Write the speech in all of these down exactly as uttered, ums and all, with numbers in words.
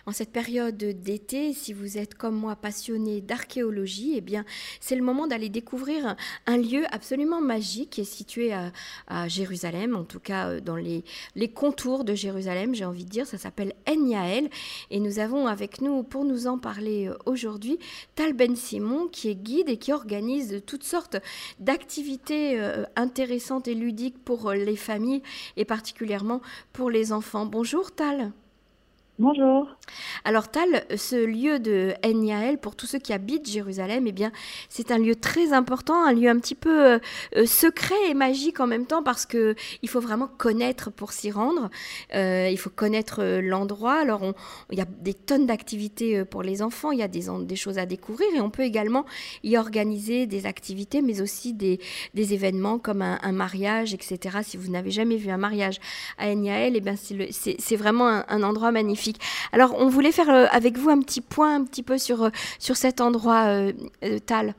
En cette période d'été, si vous êtes comme moi passionné d'archéologie, eh bien, c'est le moment d'aller découvrir un lieu absolument magique qui est situé à, à Jérusalem, en tout cas euh, dans les, les contours de Jérusalem, j'ai envie de dire. Ça s'appelle En Yael. Et nous avons avec nous, pour nous en parler aujourd'hui, Tal Ben Simon, qui est guide et qui organise toutes sortes d'activités euh, intéressantes et ludiques pour les familles et particulièrement pour les enfants. Bonjour Tal. Bonjour. Alors Tal, ce lieu de En Yael, pour tous ceux qui habitent Jérusalem, eh bien, c'est un lieu très important, un lieu un petit peu euh, euh, secret et magique en même temps parce que il faut vraiment connaître pour s'y rendre. Euh, il faut connaître euh, l'endroit. Alors on, il y a des tonnes d'activités euh, pour les enfants, il y a des, des choses à découvrir et on peut également y organiser des activités, mais aussi des, des événements comme un, un mariage, et cetera. Si vous n'avez jamais vu un mariage à En Yael, eh bien, c'est, le, c'est, c'est vraiment un, un endroit magnifique. Alors, on voulait faire euh, avec vous un petit point un petit peu sur, euh, sur cet endroit, euh, euh, Tal.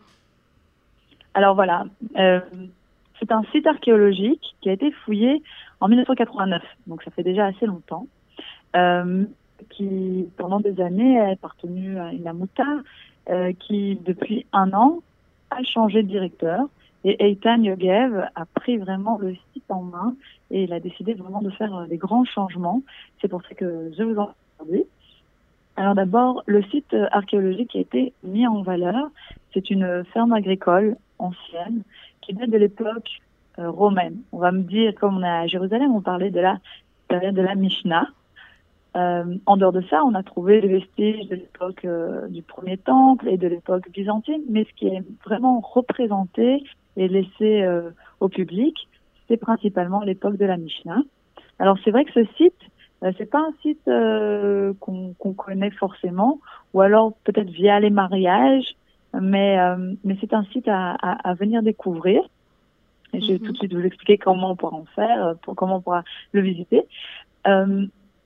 Alors voilà, euh, c'est un site archéologique qui a été fouillé en mille neuf cent quatre-vingt-neuf, donc ça fait déjà assez longtemps, euh, qui pendant des années a appartenu à une Amouta, euh, qui depuis un an a changé de directeur. Et Eitan Yogev a pris vraiment le site en main et il a décidé vraiment de faire des grands changements. C'est pour ça que je vous en parle aujourd'hui. Alors d'abord, le site archéologique qui a été mis en valeur, c'est une ferme agricole ancienne qui date de l'époque euh, romaine. On va me dire, comme on est à Jérusalem, on parlait de la période de la Mishnah. Euh, en dehors de ça, on a trouvé des vestiges de l'époque euh, du premier temple et de l'époque byzantine, mais ce qui est vraiment représenté et laissé euh, au public, c'est principalement l'époque de la Mishnah. Alors c'est vrai que ce site, euh, c'est pas un site euh, qu'on, qu'on connaît forcément, ou alors peut-être via les mariages, mais euh, mais c'est un site à, à, à venir découvrir. Et je vais tout de Mm-hmm. suite vous expliquer comment on pourra en faire, pour, comment on pourra le visiter. Euh,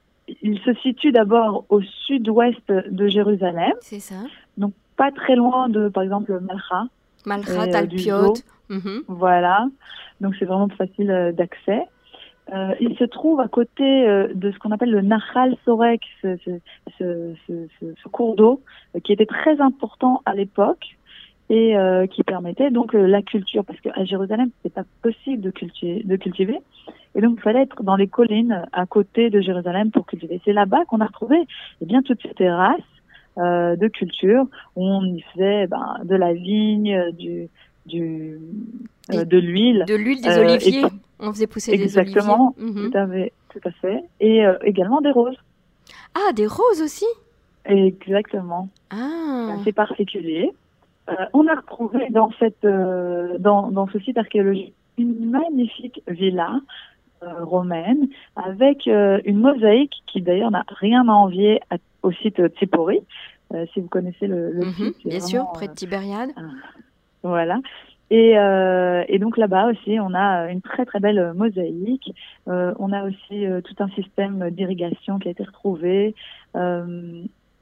il se situe d'abord au sud-ouest de Jérusalem, C'est ça. donc pas très loin de, par exemple, Malcha Malchat, et euh, du Alpiot. zoo. Mm-hmm. Voilà, donc c'est vraiment facile euh, d'accès. Euh, il se trouve à côté euh, de ce qu'on appelle le Nahal Sorek, ce, ce, ce, ce, ce cours d'eau euh, qui était très important à l'époque et euh, qui permettait donc euh, la culture, parce qu'à Jérusalem c'était pas possible de cultiver, de cultiver, et donc il fallait être dans les collines à côté de Jérusalem pour cultiver. C'est là-bas qu'on a retrouvé eh bien toutes ces terrasses euh, de culture où on y faisait ben, de la vigne, du, du euh, Des, de l'huile de l'huile, des euh, et oliviers. puis On faisait pousser des oliviers. exactement, tout Mm-hmm. à fait, tout à fait, et euh, également des roses. Ah, des roses aussi. Exactement, c'est Ah. assez particulier. Euh, on a retrouvé dans cette euh, dans dans ce site archéologique une magnifique villa euh, romaine avec euh, une mosaïque qui d'ailleurs n'a rien à envier à, au site Tsipori. Euh, si vous connaissez le, le Mm-hmm. site, c'est Bien sûr, vraiment près de euh, Tibériade. un- voilà. Et, euh, et donc là-bas aussi, on a une très très belle mosaïque. Euh, on a aussi euh, tout un système d'irrigation qui a été retrouvé. Euh,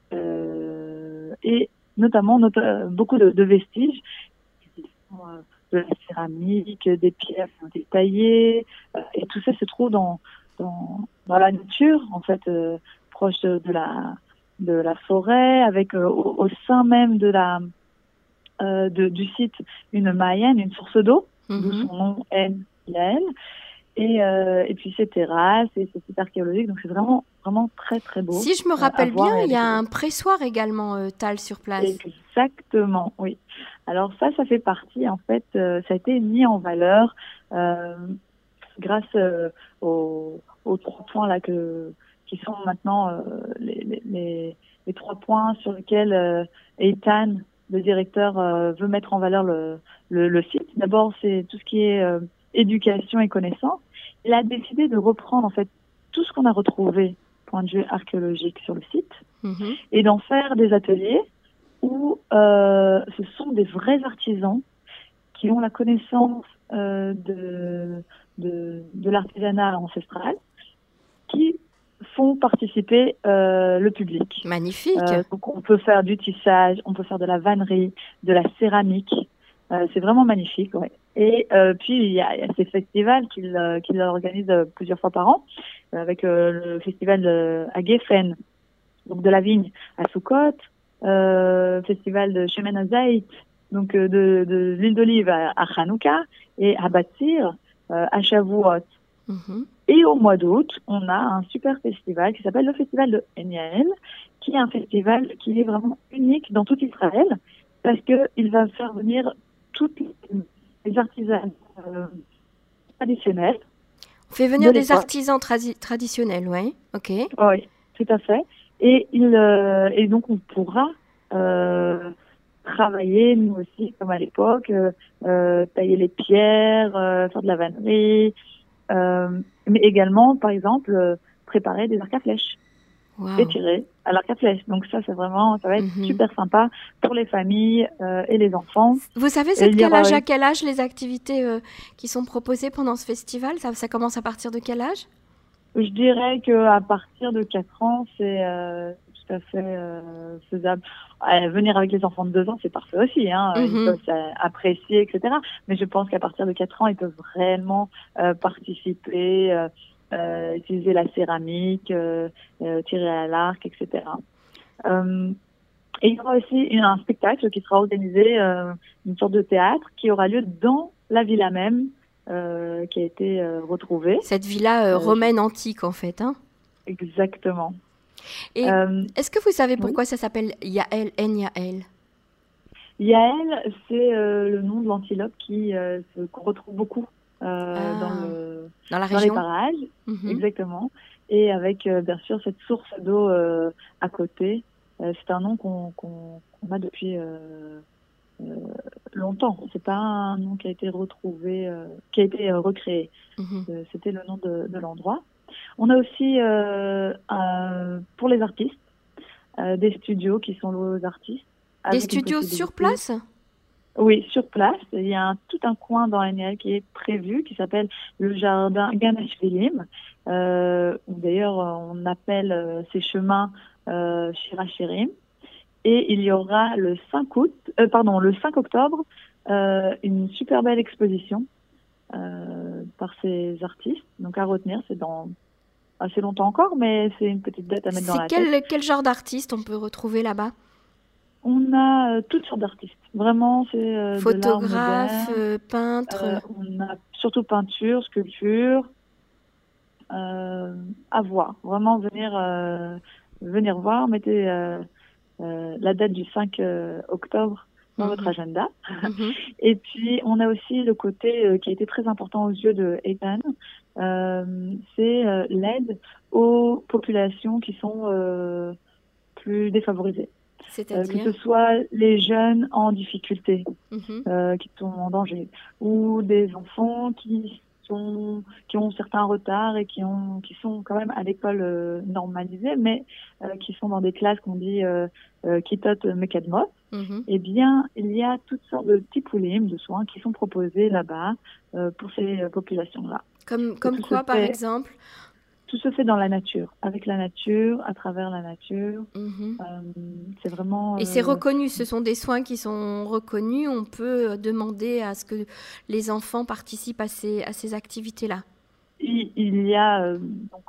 euh, et notamment not- beaucoup de, de vestiges euh, de la céramique, des pierres qui ont été taillées, euh, et tout ça se trouve dans dans, dans la nature, en fait, euh, proche de, de la de la forêt, avec euh, au, au sein même de la euh, de, du site une Mayenne, une source d'eau, d'où Mm-hmm. son nom En Yael, et euh, et puis ces terrasses et ce site archéologique, donc c'est vraiment vraiment très très beau Si je me euh, à rappelle bien, voir et à il y a découvrir. un pressoir également, euh, Tal, sur place. Exactement, oui. Alors ça, ça fait partie, en fait, euh, ça a été mis en valeur euh, grâce euh, aux, aux trois points là que qui sont maintenant euh, les, les, les, les trois points sur lesquels euh, Eitan, le directeur, euh, veut mettre en valeur le, le, le site. D'abord, c'est tout ce qui est euh, éducation et connaissance. Il a décidé de reprendre en fait tout ce qu'on a retrouvé point de vue archéologique sur le site Mm-hmm. et d'en faire des ateliers où euh, ce sont des vrais artisans qui ont la connaissance euh, de, de, de l'artisanat ancestral, qui font participer euh, le public. Magnifique. Euh, donc on peut faire du tissage, on peut faire de la vannerie, de la céramique. Euh, c'est vraiment magnifique, ouais. Et euh, puis il y a, il y a ces festivals qu'il euh, qu'il organise plusieurs fois par an, avec euh, le festival euh, à Geffen donc de la vigne à Soukot, euh, festival de Shemen Hazayt, donc euh, de, de l'huile d'olive à, à Hanouka, et à Batsir euh, à Shavuot. Mhm. Et au mois d'août, on a un super festival qui s'appelle le festival de Ein Yael, qui est un festival qui est vraiment unique dans tout Israël, parce que il va faire venir toutes les artisans euh, traditionnels. On fait venir de des l'époque. artisans tradi- traditionnels, ouais. Ok. Oui, tout à fait. Et, il, euh, et donc, on pourra euh, travailler, nous aussi, comme à l'époque, euh, euh, tailler les pierres, euh, faire de la vannerie, euh, mais également, par exemple, euh, préparer des arcs à flèches Wow. et tirer à l'arc à flèches. Donc ça, c'est vraiment, ça va être Mhm. super sympa pour les familles euh, et les enfants. Vous savez, Et c'est de il y quel aura, âge oui. à quel âge les activités euh, qui sont proposées pendant ce festival? Ça, ça commence à partir de quel âge? Je dirais que à partir de quatre ans, c'est euh, tout à fait euh, faisable. Euh, venir avec les enfants de deux ans, c'est parfait aussi. Hein. Ils Mhm. peuvent euh, apprécier, et cetera. Mais je pense qu'à partir de quatre ans, ils peuvent vraiment euh, participer, euh, euh, utiliser la céramique, euh, euh, tirer à l'arc, et cetera. Euh, et il y aura aussi une- un spectacle qui sera organisé, euh, une sorte de théâtre, qui aura lieu dans la villa même, euh, qui a été euh, retrouvée. Cette villa euh, Euh, romaine antique, en fait, hein. Exactement. Et Euh, est-ce que vous savez oui. pourquoi ça s'appelle Yael, En Yael? Yael, c'est euh, le nom de l'antilope qui euh, se- qu'on retrouve beaucoup euh, dans Ah, le dans la dans les région? parages, Mhm. exactement. Et avec euh, bien sûr cette source d'eau euh, à côté. Euh, c'est un nom qu'on qu'on qu'on a depuis euh, euh, longtemps. C'est pas un nom qui a été retrouvé, euh, qui a été euh, recréé. Mhm. Euh, C'était le nom de, de l'endroit. On a aussi euh, un- pour les artistes euh, des studios qui sont loués aux artistes Des avec une studios sur possibilité. place? Oui, sur place. Il y a un, tout un coin dans N L qui est prévu, qui s'appelle le jardin Ganashvilim. Euh, où d'ailleurs, on appelle euh, ces chemins euh, Shirachirim. Et il y aura le cinq août, euh, pardon, le cinq octobre, euh, une super belle exposition euh, par ces artistes. Donc à retenir, c'est dans assez longtemps encore, mais c'est une petite date à mettre dans C'est la tête. quel, quel genre d'artiste on peut retrouver là-bas? On a euh, toutes sortes d'artistes. Vraiment, c'est euh, de l'art Photographe, moderne. euh, peintre? Euh, on a surtout peinture, sculpture, euh, à voir. Vraiment venir, euh, venir voir. Mettez euh, euh, la date du cinq euh, octobre dans votre Mhm. agenda. Mhm. Et puis, on a aussi le côté euh, qui a été très important aux yeux de Ethan, euh, c'est euh, l'aide aux populations qui sont euh, plus défavorisées. Euh, que C'est-à-dire? ce soit les jeunes en difficulté, Mhm. euh, qui sont en danger, ou des enfants qui sont qui ont certains retards et qui ont qui sont quand même à l'école euh, normalisée, mais euh, qui sont dans des classes qu'on dit euh, euh, kitot mekadmot. Mhm. Eh bien, il y a toutes sortes de petits poulims de soins qui sont proposés là-bas euh, pour ces euh, populations-là. Comme, Et comme tout se quoi, par fait exemple? tout se fait dans la nature, avec la nature, à travers la nature. Mhm. Euh, c'est vraiment Et c'est euh, reconnu, ce sont des soins qui sont reconnus. On peut demander à ce que les enfants participent à ces, à ces activités-là. il, il y a euh, donc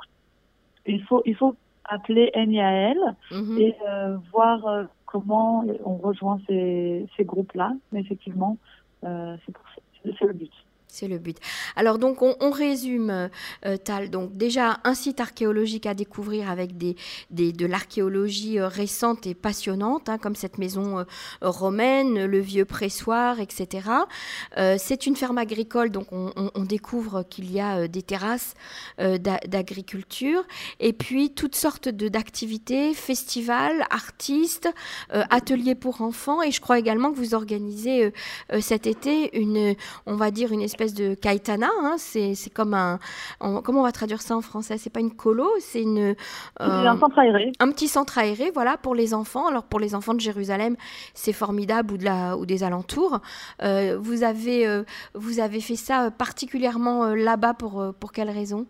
il faut il faut appeler N I A L Mhm. et euh, voir euh, comment on rejoint ces, ces groupes-là. Mais effectivement, euh, c'est pour c'est c'est le but. C'est le but. Alors donc on, on résume, euh, Tal. Donc déjà un site archéologique à découvrir avec des, des, de l'archéologie euh, récente et passionnante, hein, comme cette maison euh, romaine, le vieux pressoir, et cetera. Euh, c'est une ferme agricole, donc on, on, on découvre qu'il y a euh, des terrasses euh, d'a- d'agriculture, et puis toutes sortes de, d'activités, festivals, artistes, euh, ateliers pour enfants, et je crois également que vous organisez euh, euh, cet été une, on va dire une espèce de caïtana, hein, c'est, c'est comme un, on, comment on va traduire ça en français? C'est pas une colo, c'est une, C'est un euh, centre aéré. un petit centre aéré, voilà, pour les enfants. Alors pour les enfants de Jérusalem, c'est formidable, ou de la, ou des alentours. Euh, vous avez, euh, vous avez fait ça particulièrement euh, là-bas pour, euh, pour quelle raison?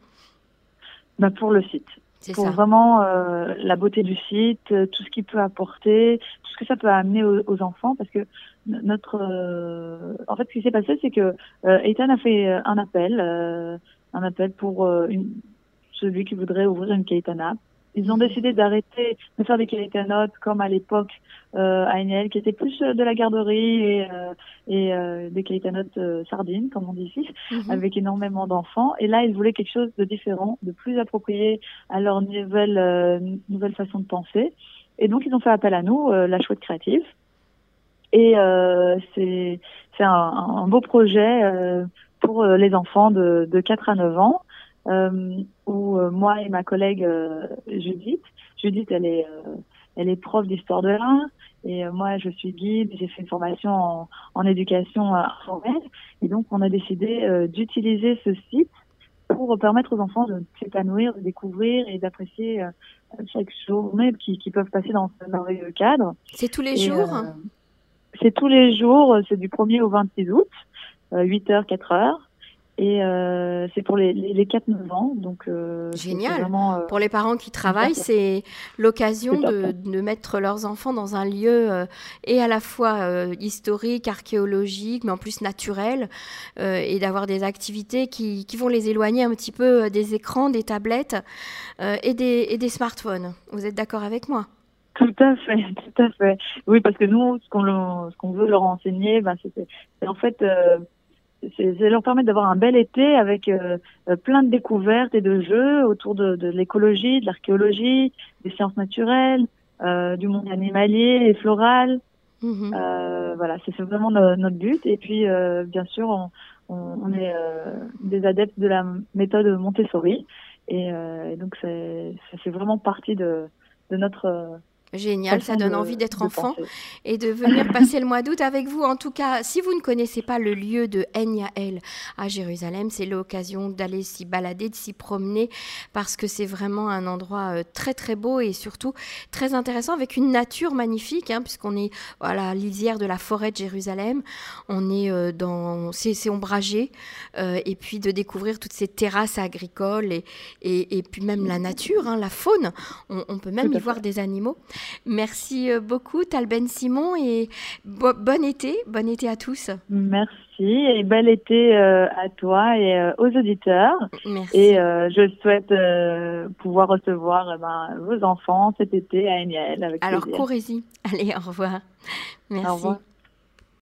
Bah, pour le site. C'est Pour ça. vraiment euh, la beauté du site, euh, tout ce qu'il peut apporter, tout ce que ça peut amener aux, aux enfants, parce que n- notre, euh, en fait, ce qui s'est passé, c'est que euh, Ethan a fait euh, un appel, euh, un appel pour euh, une, celui qui voudrait ouvrir une Keitana. Ils ont décidé d'arrêter de faire des caïtanotes comme à l'époque euh, à Eniel, qui était plus de la garderie et, euh, et euh, des caïtanotes euh, sardines, comme on dit ici, Mhm. avec énormément d'enfants. Et là, ils voulaient quelque chose de différent, de plus approprié à leur nouvelle, euh, nouvelle façon de penser. Et donc, ils ont fait appel à nous, euh, la Chouette Créative. Et euh, c'est c'est un, un beau projet euh, pour euh, les enfants de, de quatre à neuf ans, euh, où euh, moi et ma collègue euh, Judith, Judith elle est euh, elle est prof d'histoire de l'art et euh, moi je suis guide, j'ai fait une formation en, en éducation euh, informelle et donc on a décidé euh, d'utiliser ce site pour permettre aux enfants de s'épanouir, de découvrir et d'apprécier euh, chaque journée qui, qui peuvent passer dans ce merveilleux cadre. C'est tous les Et, jours? euh, c'est tous les jours, c'est du premier au vingt-six août, euh, huit heures, quatre heures. Et euh, c'est pour les, les, les quatre neuf ans. Donc, euh, c'est, c'est Génial. vraiment, euh, Pour les parents qui travaillent, c'est l'occasion c'est top. de, de mettre leurs enfants dans un lieu euh, et à la fois euh, historique, archéologique, mais en plus naturel, euh, et d'avoir des activités qui, qui vont les éloigner un petit peu des écrans, des tablettes euh, et, des, et des smartphones. Vous êtes d'accord avec moi? Tout à fait, tout à fait. Oui, parce que nous, ce qu'on, le- ce qu'on veut leur enseigner, ben, c'est, c'est en fait... Euh, c'est, c'est leur permettre d'avoir un bel été avec euh, euh, plein de découvertes et de jeux autour de, de l'écologie, de l'archéologie, des sciences naturelles, euh, du monde animalier et floral. Mhm. Euh, voilà, c'est, c'est vraiment no- notre but. Et puis, euh, bien sûr, on, on, on est euh, des adeptes de la méthode Montessori. Et, euh, et donc, c'est, ça fait vraiment partie de, de notre euh, Génial, ça façon donne de, envie d'être de enfant penser. et de venir passer le mois d'août avec vous. En tout cas, si vous ne connaissez pas le lieu de En Yael à Jérusalem, c'est l'occasion d'aller s'y balader, de s'y promener, parce que c'est vraiment un endroit euh, très très beau et surtout très intéressant, avec une nature magnifique, hein, puisqu'on est à la lisière de la forêt de Jérusalem. On est euh, dans, c'est, c'est ombragé, euh, et puis de découvrir toutes ces terrasses agricoles et, et, et puis même la nature, hein, la faune. On, on peut même Tout y à voir fait. des animaux. Merci beaucoup, Tal Ben Simon, et bo- bon été, bon été à tous. Merci et bel été euh, à toi et euh, aux auditeurs. Et Merci. euh, je souhaite euh, pouvoir recevoir eh ben, vos enfants cet été à Eniel avec Alors, plaisir. courez-y. Allez, au revoir. Au Merci. revoir.